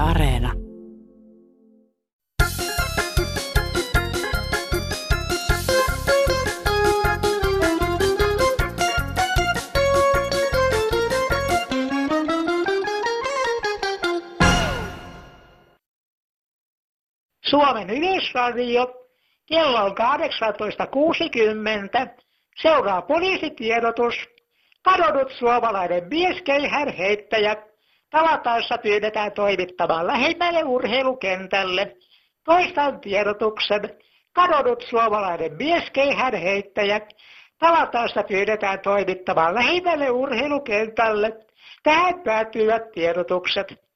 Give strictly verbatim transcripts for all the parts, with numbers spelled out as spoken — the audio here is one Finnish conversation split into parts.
Areena. Suomen Yleisradio, kello on kahdeksantoista kuusikymmentä. Seuraa poliisitiedotus. Kadonnut suomalainen mieskeihäänheittäjä tavattaessa pyydetään toimittamaan lähimmälle urheilukentälle. Toistan tiedotuksen. Kadonnut suomalainen mieskeihäänheittäjä tavattaessa pyydetään toimittamaan lähimmälle urheilukentälle. Tähän päättyvät tiedotukset.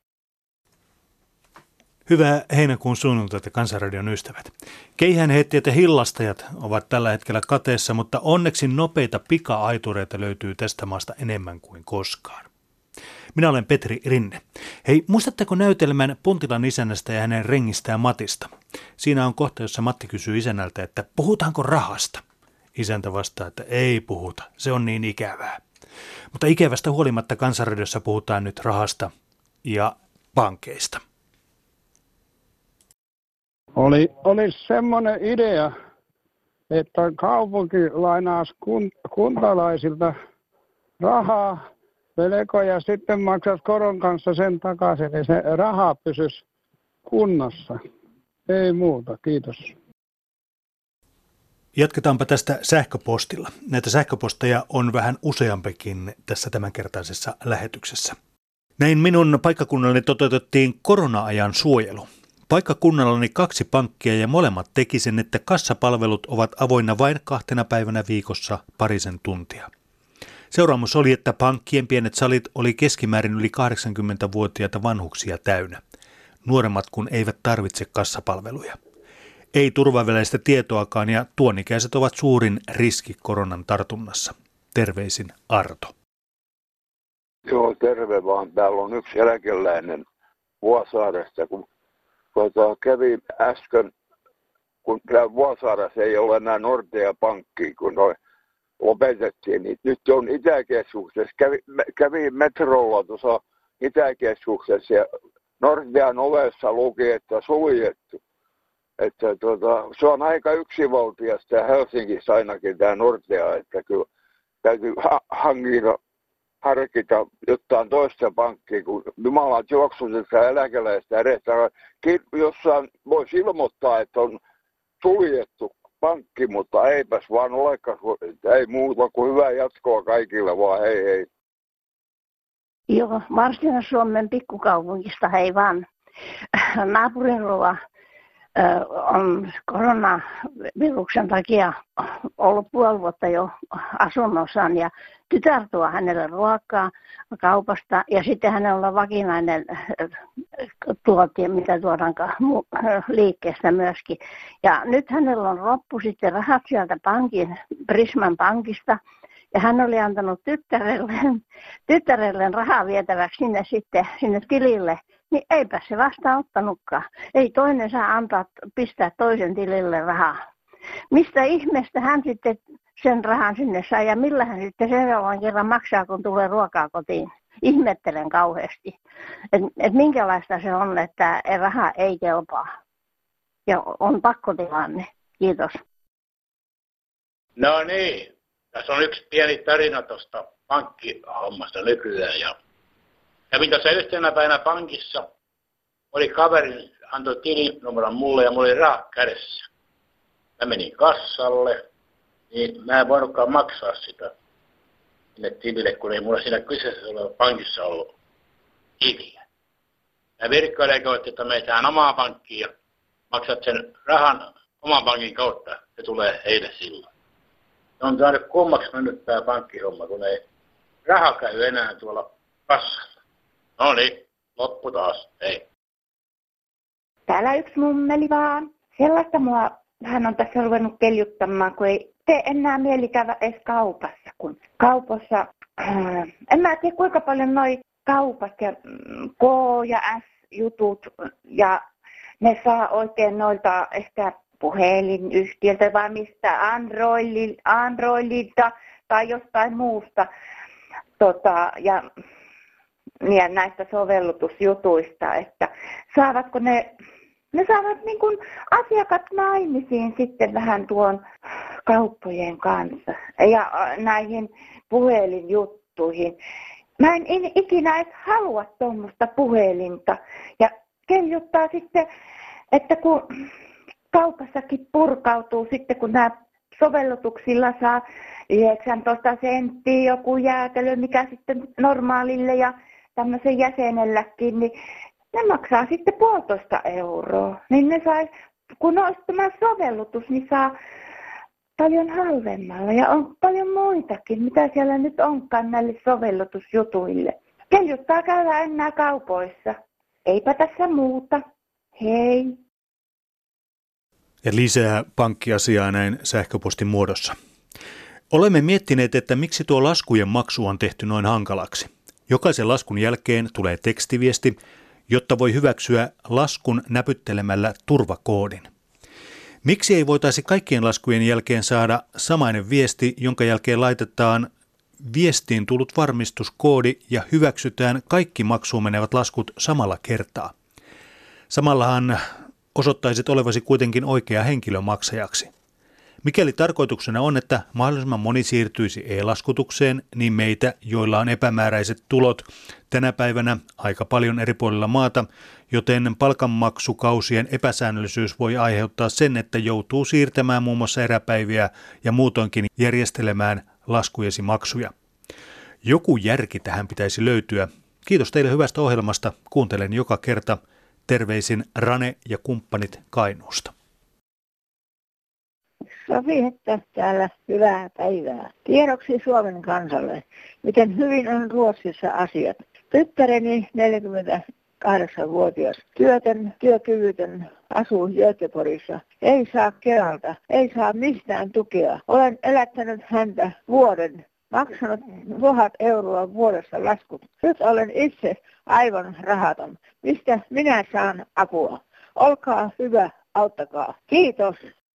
Hyvää heinäkuun sunnuntaita Kansanradion ystävät. Keihäänheittäjät ja hillastajat ovat tällä hetkellä kateessa, mutta onneksi nopeita pika-aitureita löytyy tästä maasta enemmän kuin koskaan. Minä olen Petri Rinne. Hei, muistatteko näytelmän Puntilan isännästä ja hänen rengistään Matista? Siinä on kohta, jossa Matti kysyy isännältä, että puhutaanko rahasta? Isäntä vastaa, että ei puhuta, se on niin ikävää. Mutta ikävästä huolimatta Kansanradiossa puhutaan nyt rahasta ja pankeista. Oli, olisi semmoinen idea, että kaupunki lainaisi kun, kuntalaisilta rahaa, velkoja, sitten maksaisi koron kanssa sen takaisin, niin se raha pysyisi kunnossa. Ei muuta, kiitos. Jatketaanpa tästä sähköpostilla. Näitä sähköposteja on vähän useampikin tässä tämänkertaisessa lähetyksessä. Näin minun paikkakunnallani toteutettiin korona-ajan suojelu. Paikkakunnallani kaksi pankkia ja molemmat teki sen, että kassapalvelut ovat avoinna vain kahtena päivänä viikossa parisen tuntia. Seuraamus oli, että pankkien pienet salit oli keskimäärin yli kahdeksankymmentävuotiaita vanhuksia täynnä. Nuoremmat kun eivät tarvitse kassapalveluja. Ei turvaväleistä tietoakaan ja tuonikäiset ovat suurin riski koronan tartunnassa. Terveisin Arto. Joo, terve vaan. Täällä on yksi eläkeläinen Vuosaaresta, kun tuota, kävi äsken, kun Vuosaaressa ei ole enää Nordea-pankkia, kun noi lopetettiin, niin nyt on Itäkeskuksessa. Kävi, kävi metrolla tuossa Itäkeskuksessa ja Nordean ovessa luki, että suljettu. Että tuota, se on aika yksivaltiasta ja Helsingissä ainakin tämä Nordea, että kyllä täytyy ha- hangita, harkita jotain toista pankkia, kun jumalat juoksutetaan eläkeläistä edestä. Jossain voisi ilmoittaa, että on suljettu pankki, mutta eipäs vaan olekaan, ei muuta kuin hyvää jatkoa kaikille, vaan hei hei. Joo, Varsinais-Suomen pikkukaupungista hei vaan. Naapurin luo on koronaviruksen takia ollut puoli vuotta jo asunnossaan ja tytär tuo hänelle ruokaa kaupasta ja sitten hänellä on vakinainen tuote, mitä tuodaan liikkeestä myöskin. Ja nyt hänellä on loppu sitten rahat sieltä pankin, Prisman pankista ja hän oli antanut tyttärelleen, tyttärelleen rahaa vietäväksi sinne sitten sinne tilille. Niin eipä se vastaanottanutkaan. Ei toinen saa antaa, pistää toisen tilille rahaa. Mistä ihmeestä hän sitten sen rahan sinne sai ja millä hän sitten seuraavan kerran maksaa, kun tulee ruokaa kotiin? Ihmettelen kauheasti. Että et minkälaista se on, että raha ei kelpaa. Ja on pakkotilanne. Kiitos. No niin. Tässä on yksi pieni tarina tuosta pankkihommasta nykyään. Ja kävin tuossa yhtenä päivänä pankissa, oli kaveri, antoi tilinumeron mulle ja mulla oli rahat kädessä. Mä menin kassalle, niin mä en voinutkaan maksaa sitä sinne tilille, kun ei mulla siinä kyseessä ole pankissa ollut tiliä. Mä virkkailin, että me tähän omaan pankkiin ja maksat sen rahan oman pankin kautta, se tulee heille silloin. Se on täällä kummaksi mennyt tää pankkihomma, kun ei raha käy enää tuolla kassalla. No niin, loppu taas, ei. Täällä yksi mummeli vaan. Sellaista mua hän on tässä ruvennut keljuttamaan, kun ei tee enää mieli käydä edes kaupassa. Kun kaupassa, äh, en mä tiedä kuinka paljon noi kaupat ja mm, K ja S-jutut ja ne saa oikein noilta ehkä puhelinyhtiöltä vai mistä Androidilta, Androidilta tai jostain muusta. Tota, ja ja näistä sovellutusjutuista, että saavatko ne, ne saavat niin kuin asiakat naimisiin sitten vähän tuon kauppojen kanssa ja näihin puhelinjuttuihin. Mä en ikinä edes halua tuommoista puhelinta ja keljuttaa sitten, että kun kaupassakin purkautuu sitten, kun nämä sovellutuksilla saa yhdeksäntoista senttiä joku jäätelö, mikä sitten normaalille ja tämmöisen jäsenelläkin, niin ne maksaa sitten puolitoista euroa. Niin ne sai, kun olisi tämä sovellutus, niin saa paljon halvemmalla ja on paljon muitakin, mitä siellä nyt onkaan näille sovellutusjutuille. Keljuttaa käydä enää kaupoissa. Eipä tässä muuta. Hei. Ja lisää pankkiasiaa näin sähköpostin muodossa. Olemme miettineet, että miksi tuo laskujen maksu on tehty noin hankalaksi. Jokaisen laskun jälkeen tulee tekstiviesti, jotta voi hyväksyä laskun näpyttelemällä turvakoodin. Miksi ei voitaisi kaikkien laskujen jälkeen saada samainen viesti, jonka jälkeen laitetaan viestiin tullut varmistuskoodi ja hyväksytään kaikki maksuun menevät laskut samalla kertaa? Samallahan osoittaisit olevasi kuitenkin oikea henkilö maksajaksi. Mikäli tarkoituksena on, että mahdollisimman moni siirtyisi e-laskutukseen, niin meitä, joilla on epämääräiset tulot tänä päivänä aika paljon eri puolilla maata, joten palkanmaksukausien epäsäännöllisyys voi aiheuttaa sen, että joutuu siirtämään muun muassa eräpäiviä ja muutoinkin järjestelemään laskujesi maksuja. Joku järki tähän pitäisi löytyä. Kiitos teille hyvästä ohjelmasta. Kuuntelen joka kerta. Terveisin Rane ja kumppanit Kainuusta. Sofi, että täällä hyvää päivää. Tiedoksi Suomen kansalle, miten hyvin on Ruotsissa asiat. Tyttäreni neljäkymmentäkahdeksanvuotias, työtön, työkyvytön, asuu Göteborgissa. Ei saa Kelalta, ei saa mistään tukea. Olen elättänyt häntä vuoden, maksanut tuhat euroa vuodessa laskut. Nyt olen itse aivan rahaton. Mistä minä saan apua? Olkaa hyvä, auttakaa. Kiitos.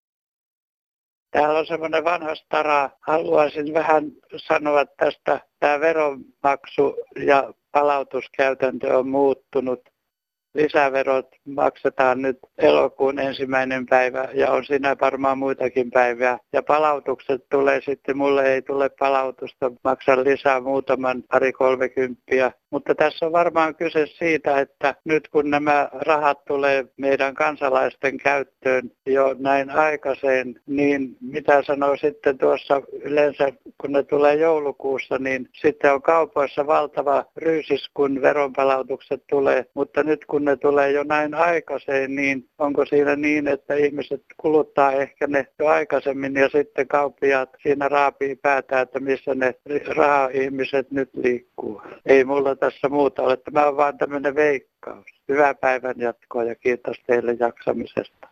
Täällä on semmoinen vanha stara. Haluaisin vähän sanoa tästä. Tämä veronmaksu ja palautuskäytäntö on muuttunut. Lisäverot maksetaan nyt elokuun ensimmäinen päivä ja on siinä varmaan muitakin päiviä. Ja palautukset tulee sitten, mulle ei tule palautusta, maksan lisää muutaman pari kolmekymppiä. Mutta tässä on varmaan kyse siitä, että nyt kun nämä rahat tulee meidän kansalaisten käyttöön jo näin aikaiseen, niin mitä sanoo sitten tuossa yleensä, kun ne tulee joulukuussa, niin sitten on kaupoissa valtava ryysis, kun veronpalautukset tulee. Mutta nyt kun ne tulee jo näin aikaiseen, niin onko siinä niin, että ihmiset kuluttaa ehkä ne jo aikaisemmin ja sitten kauppiaat siinä raapii päätä, että missä ne raha-ihmiset nyt liikkuu. Ei mulla tässä muuta ole. Tämä on vaan tämmöinen veikkaus. Hyvää päivän jatkoa ja kiitos teille jaksamisesta.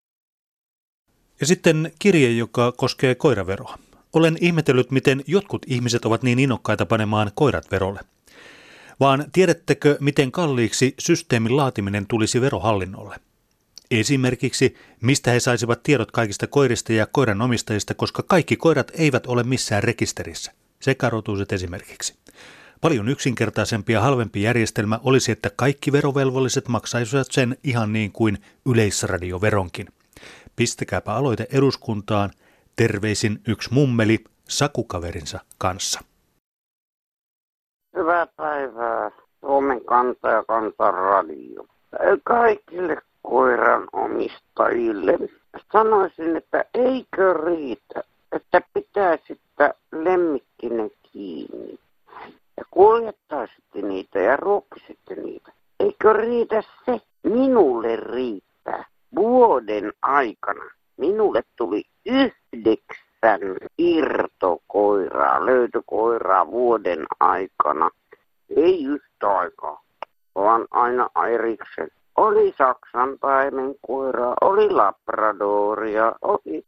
Ja sitten kirje, joka koskee koiraveroa. Olen ihmetellyt, miten jotkut ihmiset ovat niin innokkaita panemaan koirat verolle. Vaan tiedättekö, miten kalliiksi systeemin laatiminen tulisi verohallinnolle? Esimerkiksi, mistä he saisivat tiedot kaikista koirista ja koiran omistajista, koska kaikki koirat eivät ole missään rekisterissä. Sekarotuiset esimerkiksi. Paljon yksinkertaisempi ja halvempi järjestelmä olisi, että kaikki verovelvolliset maksaisivat sen ihan niin kuin yleisradioveronkin. Pistäkääpä aloite eduskuntaan. Terveisin yksi mummeli sakukaverinsa kanssa. Hyvää päivää, Suomen kansa ja Kansanradio. Kaikille koiran omistajille sanoisin, että eikö riitä, että pitäisitte lemmikkinen kiinni ja kuljettaisitte niitä ja ruokisitte niitä. Eikö riitä se? Minulle riittää. Vuoden aikana minulle tuli yhdeksän irtokoiraa, löytökoiraa vuoden aikana. Ei yhtä aikaa, vaan aina erikseen. Oli Saksan paimenkoiraa, oli Labradoria, oli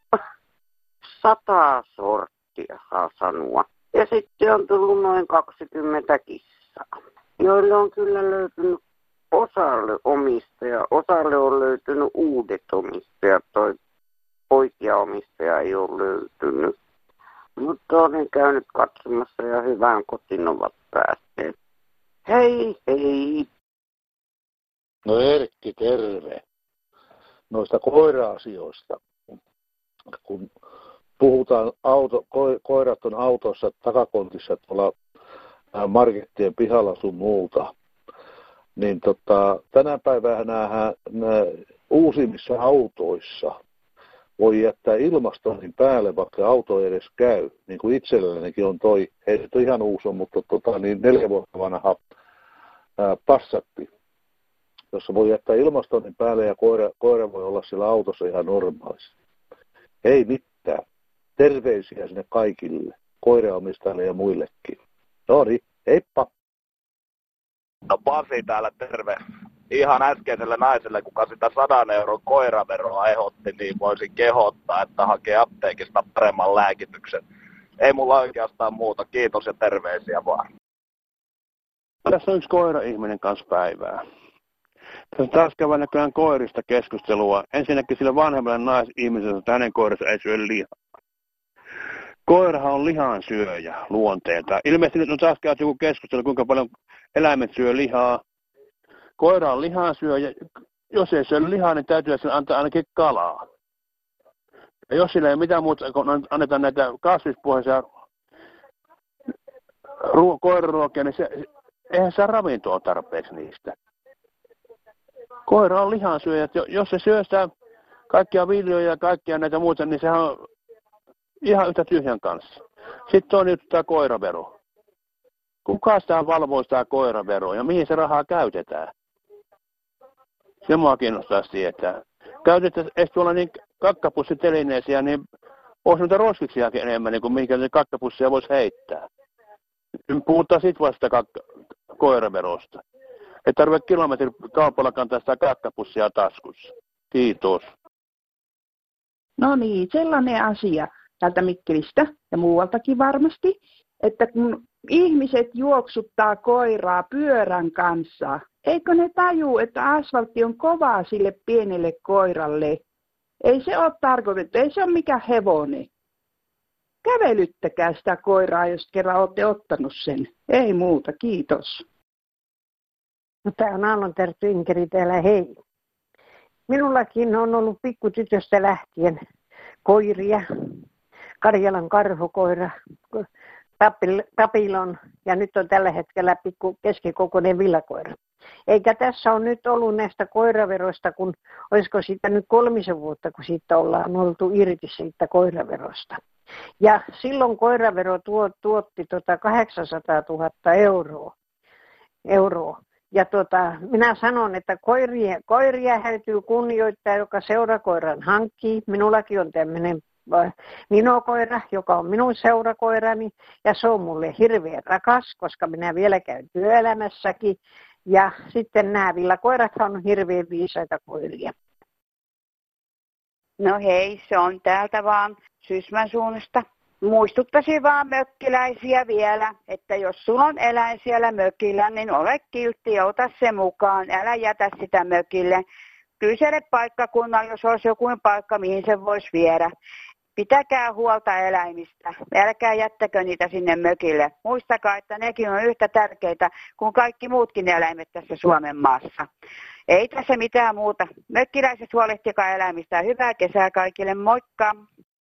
sata sorttia, saa sanoa. Ja sitten on tullut noin kaksikymmentä kissaa, joille on kyllä löytynyt osalle omistaja, osalle on löytynyt uudet omistajat, toi oikea omistaja ei ole löytynyt. Mutta olen käynyt katsomassa ja hyvään kotiin ovat päässeet. Hei hei. No Erkki, terve. Noista koira-asioista. Kun puhutaan, auto, ko, koirat on autossa takakontissa tuolla markettien pihalla sun muuta, niin tota, tänä päivänä nämä, nämä uusimmissa autoissa voi jättää ilmastoinnin päälle, vaikka auto ei edes käy. Niin kuin itsellänikin on toi, ei nyt ihan uusi, mutta tota, niin neljä vuotta vanha ää, Passatti, jossa voi jättää ilmastoinnin päälle ja koira, koira voi olla siellä autossa ihan normaalisti. Ei mitään. Terveisiä sinne kaikille, koiraomistajille ja muillekin. No niin, heippa. No Pasi täällä, terve. Ihan äskeiselle naiselle, kuka sitä sadan euron koiraveroa ehdotti, niin voisin kehottaa, että hakee apteekista paremman lääkityksen. Ei mulla oikeastaan muuta. Kiitos ja terveisiä vaan. Tässä on yksi koira-ihminen kanssa päivää. Tässä taas käydään näköjään koirista keskustelua. Ensinnäkin sille vanhemmalle naisihmiselle, että hänen koiransa ei syö lihaa. Koirahan on lihansyöjä luonteelta. Ilmeisesti nyt on taas käyty joku keskustelu, kuinka paljon eläimet syö lihaa. Koira on lihansyöjä. Jos ei syö lihaa, niin täytyy sille antaa ainakin kalaa. Ja jos sillä ei ole mitään muuta, kun annetaan näitä kasvispohjaisia ruo- koiraruokia, niin se, eihän saa ravintoa tarpeeksi niistä. Koira on lihansyöjä. Jos se syö sitä kaikkia viljoja ja kaikkia näitä muuta, niin sehän on ihan yhtä tyhjän kanssa. Sitten on nyt tämä koiravero. Kuka sitä valvoo sitä koiraveroa ja mihin se rahaa käytetään? Se mua kiinnostaa tietää. Käytetään edes tuolla niin kakkapussitelineisiä, niin olisi noita roskiksiakin enemmän, niin kuin mihinkä ne kakkapussia voisi heittää. Puhutaan sitten vasta kakka- koiraverosta. Ei tarvitse kilometrin kaupalla kantaa sitä kakkapussia taskussa. Kiitos. No niin, sellainen asia täältä Mikkelistä ja muualtakin varmasti, että kun ihmiset juoksuttaa koiraa pyörän kanssa, eikö ne taju, että asfaltti on kovaa sille pienelle koiralle? Ei se ole tarkoitettu, ei se ole mikään hevonen. Kävelyttäkää sitä koiraa, jos kerran olette ottanut sen. Ei muuta, kiitos. No, tämä on Aallon Terttu Inkeri täällä, hei. Minullakin on ollut pikkutytöstä lähtien koiria, Karjalan karhukoira, Papilon ja nyt on tällä hetkellä pikku keskikokoinen villakoira. Eikä tässä ole nyt ollut näistä koiraveroista, kun olisiko siitä nyt kolmisen vuotta, kun siitä ollaan oltu irti siitä koiraverosta. Ja silloin koiravero tuo, tuotti tota kahdeksansataatuhatta euroa. euroa. Ja tota, minä sanon, että koiria, koiria täytyy kunnioittaa, joka seurakoiran hankkii. Minullakin on tämmöinen minokoira, joka on minun seurakoirani. Ja se on mulle hirveän rakas, koska minä vielä käyn työelämässäkin. Ja sitten nämä villakoirat on hirveän viisaita koiria. No hei, se on täältä vaan Sysmän suunnasta. Muistuttaisin vaan mökkiläisiä vielä, että jos sulla on eläin siellä mökillä, niin ole kiltti ja ota se mukaan. Älä jätä sitä mökille. Kysele paikkakunnalla, jos olisi joku paikka, mihin se voisi viedä. Pitäkää huolta eläimistä. Älkää jättäkö niitä sinne mökille. Muistakaa, että nekin on yhtä tärkeitä kuin kaikki muutkin eläimet tässä Suomen maassa. Ei tässä mitään muuta. Mökkiläiset, huolehtikaa eläimistä. Hyvää kesää kaikille. Moikka!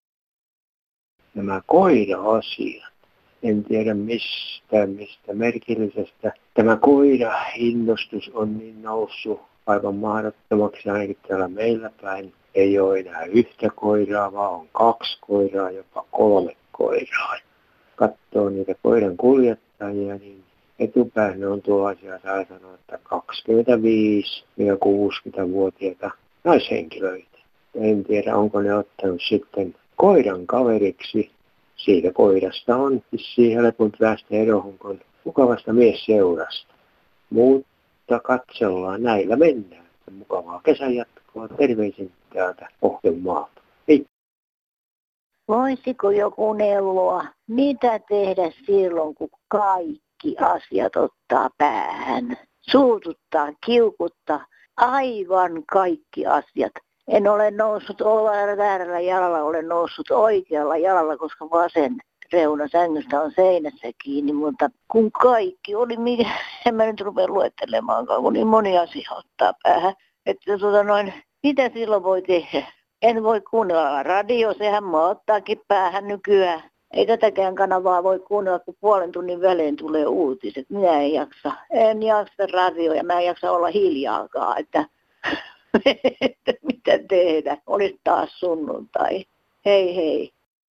Nämä koira-asiat. En tiedä mistä, mistä merkillisestä. Tämä koira-innostus on niin noussut aivan mahdottomaksi ainakin täällä meillä päin. Ei ole enää yhtä koiraa, vaan on kaksi koiraa, jopa kolme koiraa. Katsoo niitä koiran kuljettajia, niin etupäähän on tuollaisia, saa sanoa, että kaksikymmentäviisi-kuusikymmentävuotiaita naishenkilöitä. En tiedä, onko ne ottanut sitten koiran kaveriksi. Siitä koirasta on siihen helpompi päästä eroon kuin mukavasta miesseurasta. Mutta katsellaan, näillä mennään. Mukavaa kesän jatkoa. Terveisin täältä Pohjanmaalta. Hei! Voisiko joku neuvoa, mitä tehdä silloin, kun kaikki asiat ottaa päähän? Suututtaa, kiukuttaa, aivan kaikki asiat. En ole noussut väärällä jalalla, olen noussut oikealla jalalla, koska vasen reuna sängystä on seinässä kiinni, mutta kun kaikki oli, mikä, en mä nyt rupea luettelemaankaan, kun niin moni asia ottaa päähän. Että tuota noin, mitä silloin voi tehdä? En voi kuunnella radio, sehän mua ottaakin päähän nykyään. Ei tätäkään kanavaa voi kuunnella, kun puolen tunnin välein tulee uutiset. Minä en jaksa. En jaksa radioja, mä en jaksa olla hiljaakaan, että, että mitä tehdä. Olisi taas sunnuntai. Hei hei.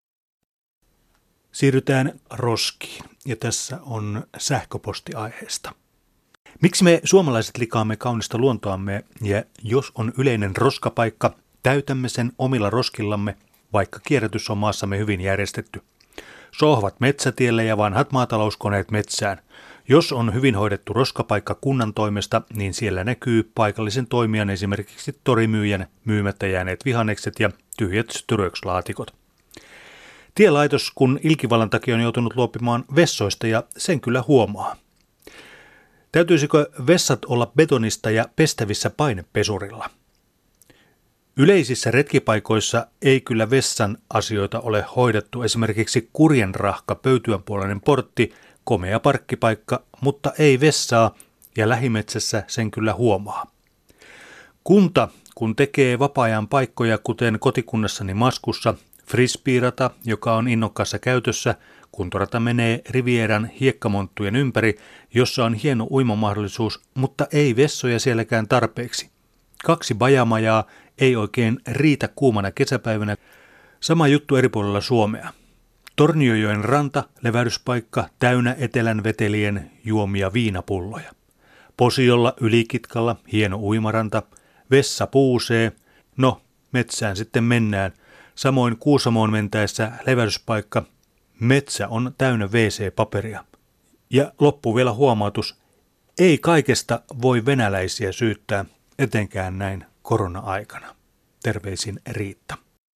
Siirrytään roskiin ja tässä on sähköposti aiheesta. Miksi me suomalaiset likaamme kaunista luontoamme ja jos on yleinen roskapaikka, täytämme sen omilla roskillamme, vaikka kierrätys on maassamme hyvin järjestetty. Sohvat metsätielle ja vanhat maatalouskoneet metsään. Jos on hyvin hoidettu roskapaikka kunnan toimesta, niin siellä näkyy paikallisen toimijan esimerkiksi torimyyjän myymättä jääneet vihannekset ja tyhjät styrökslaatikot. Tielaitos, kun ilkivallan takia on joutunut luopimaan vessoista ja sen kyllä huomaa. Täytyisikö vessat olla betonista ja pestävissä painepesurilla? Yleisissä retkipaikoissa ei kyllä vessan asioita ole hoidettu, esimerkiksi kurjenrahka, pöytyönpuoleinen portti, komea parkkipaikka, mutta ei vessaa ja lähimetsässä sen kyllä huomaa. Kunta, kun tekee vapaa-ajan paikkoja, kuten kotikunnassani Maskussa, frisbeerata, joka on innokkaassa käytössä, kuntorata menee Rivieran hiekkamonttujen ympäri, jossa on hieno uimamahdollisuus, mutta ei vessoja sielläkään tarpeeksi. Kaksi bajamajaa ei oikein riitä kuumana kesäpäivänä. Sama juttu eri puolilla Suomea. Torniojoen ranta, levähdyspaikka täynnä etelän vetelien juomia viinapulloja. Posiolla Ylikitkalla hieno uimaranta, vessa puusee, no metsään sitten mennään. Samoin Kuusamoon mentäessä levähdyspaikka, metsä on täynnä wee see-paperia. Ja loppu vielä huomautus, ei kaikesta voi venäläisiä syyttää, etenkään näin korona-aikana. Terveisin Riitta.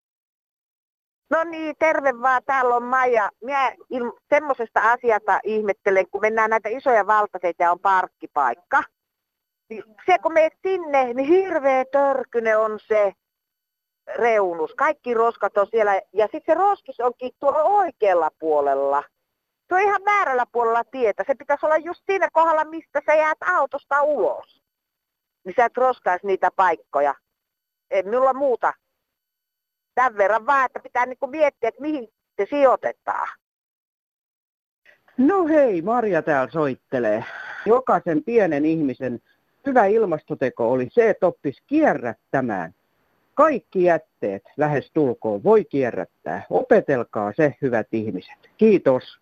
No niin, terve vaan. Täällä on Maija. Minä il- semmoisesta asiasta ihmettelen, kun mennään näitä isoja valtaseita ja on parkkipaikka. Niin se, kun menet sinne, niin hirveä törkyne on se reunus. Kaikki roskat on siellä. Ja sitten se roskis onkin tuolla oikealla puolella. Tuo on ihan väärällä puolella tietä. Se pitäisi olla just siinä kohdalla, mistä sä jäät autosta ulos. Niin sä et roskaisi niitä paikkoja. Ei minulla muuta. Tämän verran vaan, että pitää niinku miettiä, että mihin se sijoitetaan. No hei, Marja täällä soittelee. Jokaisen pienen ihmisen hyvä ilmastoteko oli se, että oppisi kierrättämään. Kaikki jätteet lähes tulkoon voi kierrättää. Opetelkaa se, hyvät ihmiset. Kiitos.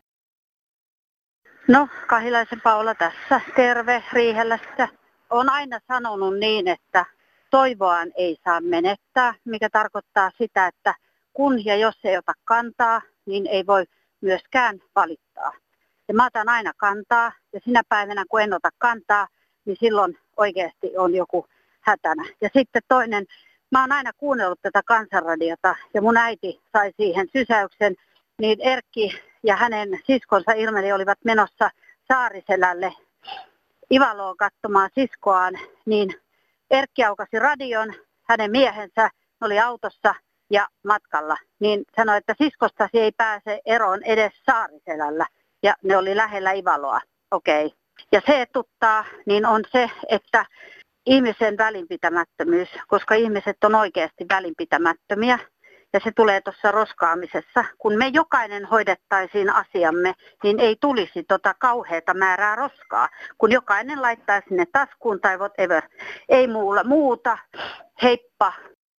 No, Kahilaisen Paula tässä. Terve Riihellästä. Olen aina sanonut niin, että toivoaan ei saa menettää, mikä tarkoittaa sitä, että kun ja jos ei ota kantaa, niin ei voi myöskään valittaa. Ja mä otan aina kantaa ja sinä päivänä kun en ota kantaa, niin silloin oikeasti on joku hätänä. Ja sitten toinen, mä oon aina kuunnellut tätä kansanradiota ja mun äiti sai siihen sysäyksen, niin Erkki ja hänen siskonsa ilmeni olivat menossa Saariselälle Ivaloon katsomaan siskoaan, niin Erkki aukasi radion, hänen miehensä oli autossa ja matkalla, niin sanoi, että siskostasi ei pääse eroon edes Saariselällä ja ne oli lähellä Ivaloa. Okei. Okay. Ja se etuttaa, niin on se, että ihmisen välinpitämättömyys, koska ihmiset on oikeasti välinpitämättömiä ja se tulee tuossa roskaamisessa. Kun me jokainen hoidettaisiin asiamme, niin ei tulisi tota kauheata määrää roskaa, kun jokainen laittaa sinne taskuun tai whatever. Ei muulla muuta. Heippa.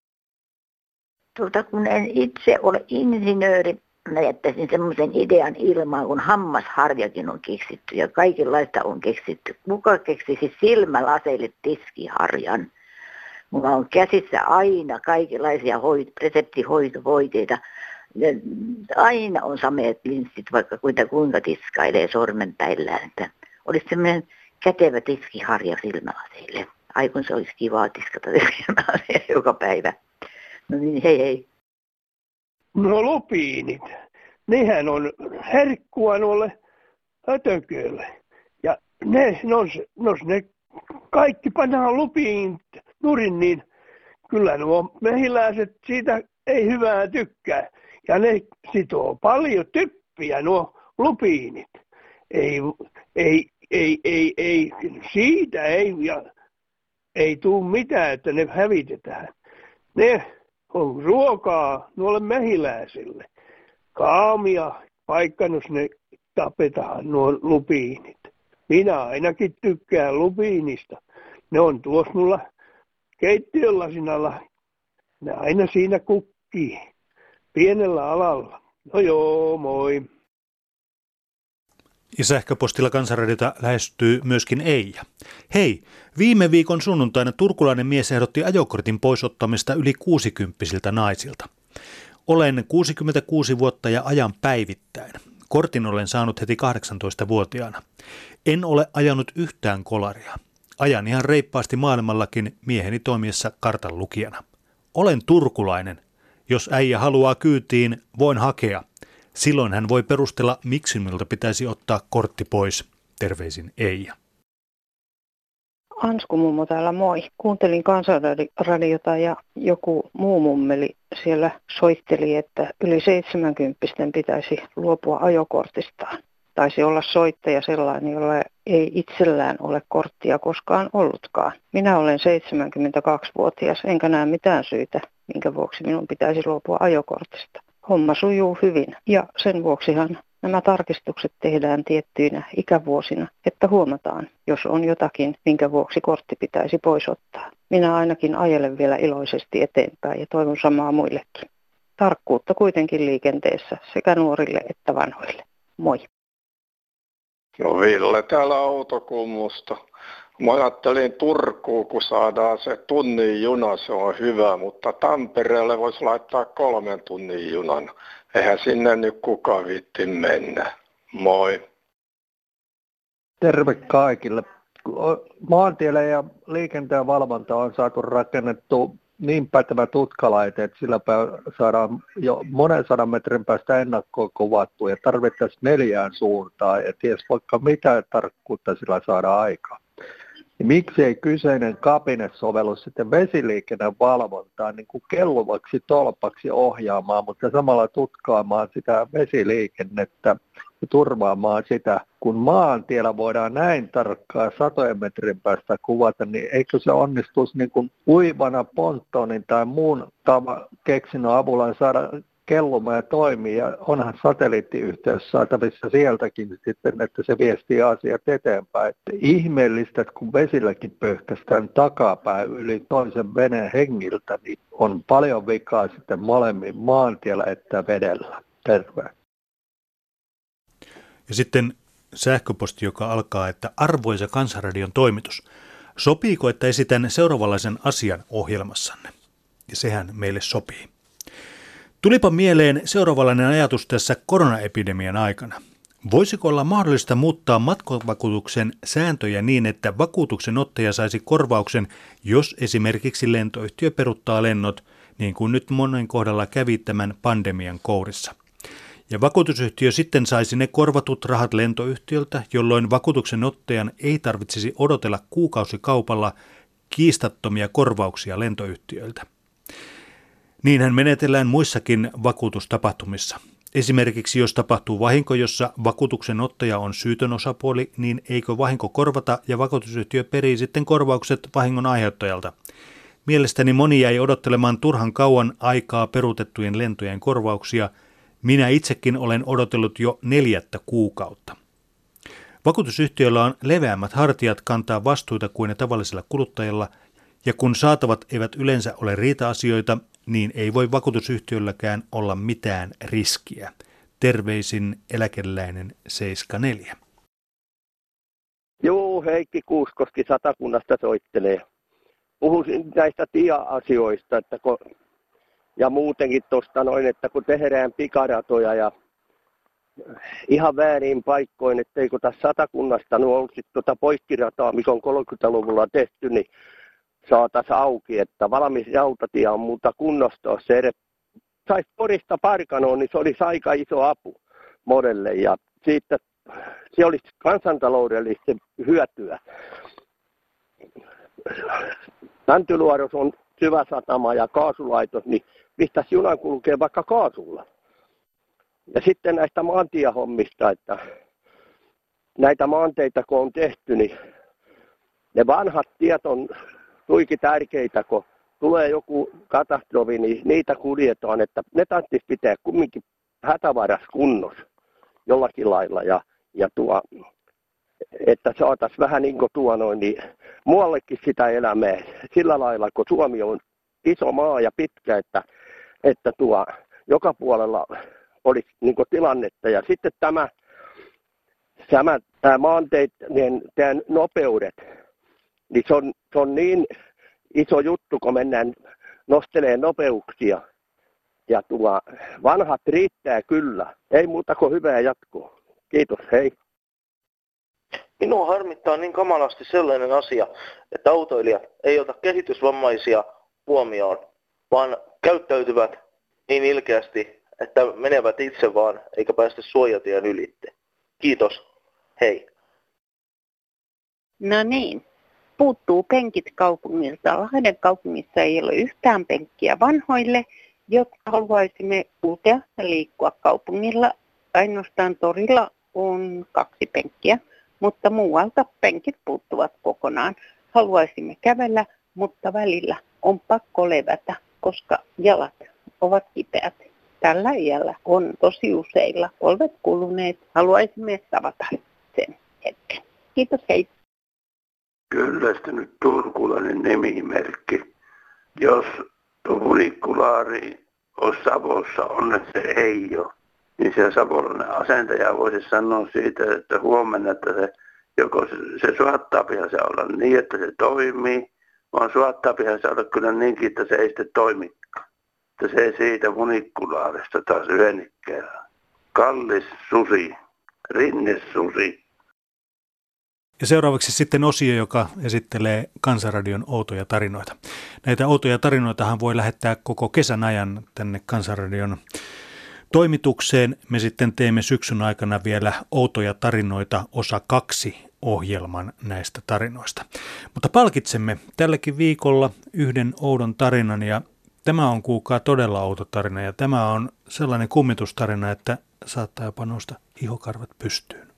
Tuota, kun en itse ole insinööri, mä jättäisin semmoisen idean ilmaan, kun hammasharjakin on keksitty ja kaikenlaista on keksitty. Kuka keksisi silmälaseille tiskiharjan? Mulla on käsissä aina kaikenlaisia hoit- reseptihoitovoiteita. Ja aina on sameet linssit, vaikka kuinka, kuinka tiskailee sormenpäillään. Että olisi semmoinen kätevä tiskiharja silmälaseille. Ai kun se olisi kivaa tiskata silmälaseille joka päivä. No niin, hei hei. No lupiinit. Nehän on herkkua noille hötököille. Ja ne, nos, nos ne kaikki pannaan lupiin nurin, niin kyllä nuo mehiläiset siitä ei hyvää tykkää. Ja ne sitoo paljon typpeä läppiä nuo lupiinit. Ei, ei, ei, ei, ei, siitä ei, ja ei tule mitään, että ne hävitetään. Ne on ruokaa nuolle mehiläisille. Kaamia paikannus ne tapetaan nuo lupiinit. Minä ainakin tykkään lupiinista. Ne on tuossa mulla keittiön lasinalla. Ne aina siinä kukkii. Pienellä alalla. No joo, moi. Ja sähköpostilla Kansanradiota lähestyy myöskin Eija. Hei, viime viikon sunnuntaina turkulainen mies ehdotti ajokortin poisottamista yli kuusikymppisiltä naisilta. Olen kuusikymmentäkuusi vuotta ja ajan päivittäin. Kortin olen saanut heti kahdeksantoistavuotiaana. En ole ajanut yhtään kolaria. Ajan ihan reippaasti maailmallakin mieheni toimiessa kartanlukijana. Olen turkulainen. Jos äijä haluaa kyytiin, voin hakea. Silloin hän voi perustella, miksi minulta pitäisi ottaa kortti pois. Terveisin Eija. Ansku mummo täällä, moi. Kuuntelin Kansanradiota ja joku muu mummeli siellä soitteli, että yli seitsemänkymppisten pitäisi luopua ajokortistaan. Taisi olla soittaja sellainen, jolla ei itsellään ole korttia koskaan ollutkaan. Minä olen seitsemänkymmentäkaksivuotias, enkä näe mitään syytä, minkä vuoksi minun pitäisi luopua ajokortista. Homma sujuu hyvin ja sen vuoksihan nämä tarkistukset tehdään tiettyinä ikävuosina, että huomataan, jos on jotakin, minkä vuoksi kortti pitäisi pois ottaa. Minä ainakin ajelen vielä iloisesti eteenpäin ja toivon samaa muillekin. Tarkkuutta kuitenkin liikenteessä sekä nuorille että vanhoille. Moi. No Ville täällä Outokummusta. Mä ajattelin Turkuun, kun saadaan se tunnin juna, se on hyvä, mutta Tampereelle voisi laittaa kolmen tunnin junan. Eihän sinne nyt kukaan viitti mennä. Moi. Terve kaikille. Maantielle ja liikenteen valvonta on saatu rakennettu niin pätevä tutkalaite, että sillä saadaan jo monen sadan metrin päästä ennakkoon kuvattua ja tarvittaisiin neljään suuntaan ja ties vaikka mitä tarkkuutta sillä saadaan aikaan. Ja miksi ei kyseinen kabinesovellus sitten vesiliikennevalvontaa niin kuin kelluvaksi tolpaksi ohjaamaan, mutta samalla tutkaamaan sitä vesiliikennettä ja turvaamaan sitä. Kun maantiellä voidaan näin tarkkaan satojen metrin päästä kuvata, niin eikö se onnistuisi niin kuin uivana ponttonin tai muun tavan keksinnön avulla saada kellumaan ja toimii, ja onhan satelliittiyhteys saatavissa sieltäkin sitten, että se viestii asiat eteenpäin. Että ihmeellistä, että kun vesilläkin pöhkästään takapäin yli toisen veneen hengiltä, niin on paljon vikaa sitten molemmin maantiellä että vedellä. Terve. Ja sitten sähköposti, joka alkaa, että arvoisa Kansanradion toimitus. Sopiiko, että esitän seuraavanlaisen asian ohjelmassanne? Ja sehän meille sopii. Tulipa mieleen seuraavanlainen ajatus tässä koronaepidemian aikana. Voisiko olla mahdollista muuttaa matkavakuutuksen sääntöjä niin, että vakuutuksen ottaja saisi korvauksen, jos esimerkiksi lentoyhtiö peruuttaa lennot, niin kuin nyt monen kohdalla kävi tämän pandemian kourissa. Ja vakuutusyhtiö sitten saisi ne korvatut rahat lentoyhtiöltä, jolloin vakuutuksen ottajan ei tarvitsisi odotella kuukausikaupalla kiistattomia korvauksia lentoyhtiöiltä. Niinhän menetellään muissakin vakuutustapahtumissa. Esimerkiksi jos tapahtuu vahinko, jossa vakuutuksen ottaja on syytön osapuoli, niin eikö vahinko korvata ja vakuutusyhtiö perii sitten korvaukset vahingon aiheuttajalta. Mielestäni moni jäi odottelemaan turhan kauan aikaa peruutettujen lentojen korvauksia. Minä itsekin olen odotellut jo neljättä kuukautta. Vakuutusyhtiöllä on leveämmät hartiat kantaa vastuuta kuin ne tavallisella kuluttajalla, ja kun saatavat eivät yleensä ole riita-asioita, niin ei voi vakuutusyhtiölläkään olla mitään riskiä. Terveisin eläkeläinen seitsemänkymmentäneljä. Joo, Heikki Kuuskoski Satakunnasta soittelee. Puhuisin näistä tie-asioista, että kun, ja muutenkin tuosta noin, että kun tehdään pikaratoja ja ihan väärin paikkoin, ettei kun tässä Satakunnasta nyt ollut tuota poikkirataa, mikä on kolmekymmentäluvulla tehty, niin saataisiin auki, että valmis rautatie on muuta kunnostaa se edes. Saisi Porista Parkanoon, niin se olisi aika iso apu monelle ja siitä se olisi kansantaloudellista hyötyä. Mäntyluodossa on syväsatama ja kaasulaitos, niin pistäisi junan kulkee vaikka kaasulla. Ja sitten näistä maantiehommista, että näitä maanteita kun on tehty, niin ne vanhat tiet on tuiki tärkeitä, kun tulee joku katastrofi, niin niitä kuljetaan, että ne tarvitsisi pitää kumminkin hätävaras kunnossa jollakin lailla. Ja, ja tuo, että saataisiin vähän niin kuin tuo noin, niin muuallekin sitä elämää sillä lailla, kun Suomi on iso maa ja pitkä, että, että tuo joka puolella olisi niin kuin tilannetta. Ja sitten tämä, tämä, tämä maanteiden tämän nopeudet, niin se on, se on niin iso juttu, kun mennään nostelemaan nopeuksia. Ja tuo vanhat riittää kyllä. Ei muuta kuin hyvää jatkoa. Kiitos, hei. Minua harmittaa niin kamalasti sellainen asia, että autoilijat ei ota kehitysvammaisia huomioon, vaan käyttäytyvät niin ilkeästi, että menevät itse vaan eikä päästä suojatien ylitte. Kiitos, hei. No niin, puuttuu penkit kaupungilta. Lahden kaupungissa ei ole yhtään penkkiä vanhoille, jotka haluaisimme kulkea ja liikkua kaupungilla. Ainoastaan torilla on kaksi penkkiä, mutta muualta penkit puuttuvat kokonaan. Haluaisimme kävellä, mutta välillä on pakko levätä, koska jalat ovat kipeät. Tällä iällä on tosi useilla polvet kuluneet. Haluaisimme tavata sen hetken. Kiitos, hei. Kyllästynyt turkulainen nimimerkki. Jos funikulaari on Savossa, onneksi se ei ole, niin se savolainen asentaja voisi sanoa siitä, että huomenna, että se, joko se, se saattaa pihan se olla niin, että se toimii, vaan saattaa pihan se olla kyllä niinkin, että se ei sitten toimikaan. Että se ei siitä funikulaarista taas yhdenikään. Kallis susi, rinnesusi. Ja seuraavaksi sitten osio, joka esittelee Kansanradion outoja tarinoita. Näitä outoja tarinoitahan voi lähettää koko kesän ajan tänne Kansanradion toimitukseen. Me sitten teemme syksyn aikana vielä outoja tarinoita osa kaksi ohjelman näistä tarinoista. Mutta palkitsemme tälläkin viikolla yhden oudon tarinan ja tämä on kuulkaa todella outo tarina ja tämä on sellainen kummitustarina, että saattaa jopa nousta ihokarvat pystyyn.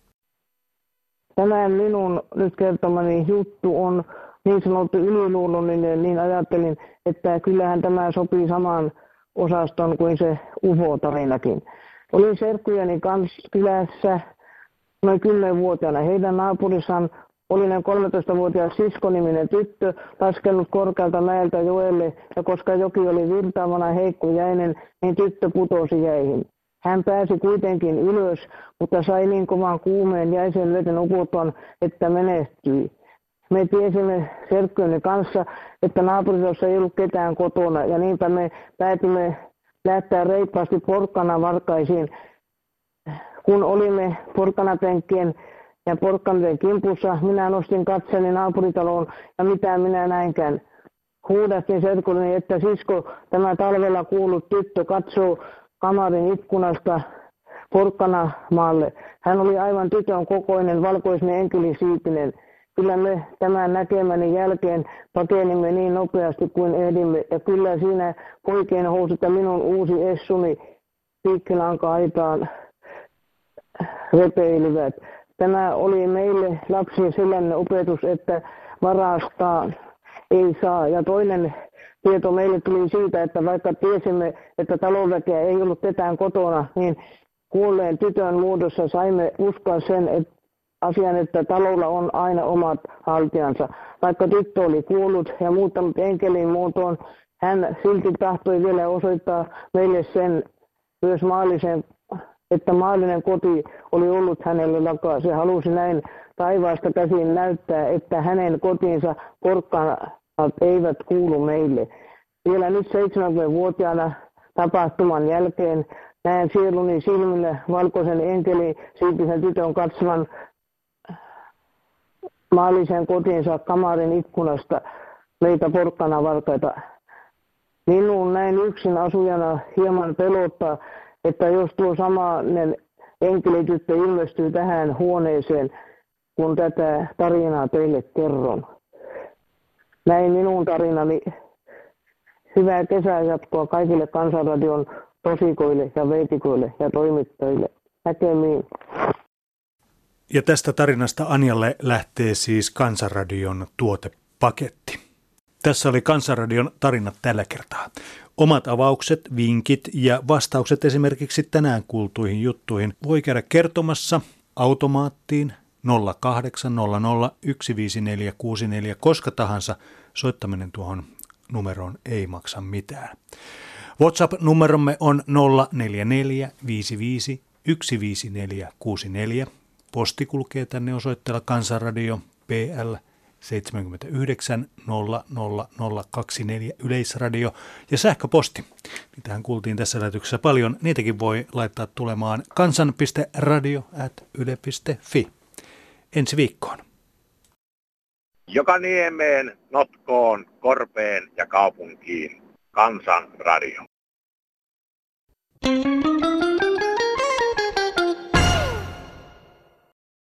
Tämä minun nyt kertomani juttu on niin sanottu yliluonnollinen, niin ajattelin, että kyllähän tämä sopii samaan osaston kuin se U F O-tarinakin. Olin serkkujeni kanssa kylässä noin kymmenvuotiaana. Heidän naapurissaan oli kolmetoistavuotias siskoniminen tyttö laskenut korkealta mäeltä joelle, ja koska joki oli virtaavana heikkojäinen, niin tyttö putosi jäihin. Hän pääsi kuitenkin ylös, mutta sai niin kovan kuumeen jäisen veden upotton, että menehtyi. Me tiesimme serkkujeni kanssa, että naapuristossa ei ollut ketään kotona, ja niinpä me päätimme lähteä reippaasti porkkana varkaisiin. Kun olimme porkkanapenkkien ja porkkanoiden kimpussa, minä nostin katseni naapuritaloon, ja mitä minä näinkään. Huudastin serkulleni, että sisko, tämä talvella kuullut tyttö katsoo kamarin ikkunasta porkkanamaalle. Hän oli aivan tytön kokoinen, valkoisen enkelisiipinen. Kyllä me tämän näkemäni jälkeen pakenimme niin nopeasti kuin ehdimme. Ja kyllä siinä poikien housut ja minun uusi essuni piikkilanka-aitaan repeilivät. Tämä oli meille lapsille sellainen opetus, että varastaa ei saa. Ja toinen tieto meille tuli siitä, että vaikka tiesimme, että talonväkeä ei ollut ketään kotona, niin kuolleen tytön muodossa saimme uskoa sen että asian, että talolla on aina omat haltijansa. Vaikka tyttö oli kuollut ja muuttanut enkelin muotoon, hän silti tahtoi vielä osoittaa meille sen myös maallisen, että maallinen koti oli ollut hänelle lakaa. Se halusi näin taivaasta käsin näyttää, että hänen kotinsa porkkanat eivät kuulu meille. Vielä nyt seitsemänkymmentävuotiaana tapahtuman jälkeen näen sieluni silmille valkoisen enkelin siipisen tytön katsovan maallisen kotinsa kamarin ikkunasta meitä porkkanavarkaita. Minun näin yksin asujana hieman pelottaa, että jos tuo samainen enkelityttö ilmestyy tähän huoneeseen, kun tätä tarinaa teille kerron. Näin minun tarinani. Hyvää kesää jatkoa kaikille Kansanradion tosikoille ja veitikoille ja toimittajille. Näkemiin. Ja tästä tarinasta Anjalle lähtee siis Kansanradion tuotepaketti. Tässä oli Kansanradion tarinat tällä kertaa. Omat avaukset, vinkit ja vastaukset esimerkiksi tänään kuultuihin juttuihin voi käydä kertomassa automaattiin nolla kahdeksan nolla nolla yksi viisi neljä kuusi neljä koska tahansa. Soittaminen tuohon numeroon ei maksa mitään. WhatsApp-numeromme on nolla neljä neljä viisi viisi yksi viisi neljä kuusi neljä. Posti kulkee tänne osoitteella Kansanradio P L seitsemänkymmentäyhdeksän nolla nolla nolla kaksikymmentäneljä Yleisradio ja sähköposti. Niitähän kuultiin tässä lähetyksessä paljon. Niitäkin voi laittaa tulemaan kansan piste radio ät yle piste fi. Ensi viikkoon. Joka niemeen, notkoon, korpeen ja kaupunkiin. Kansanradio.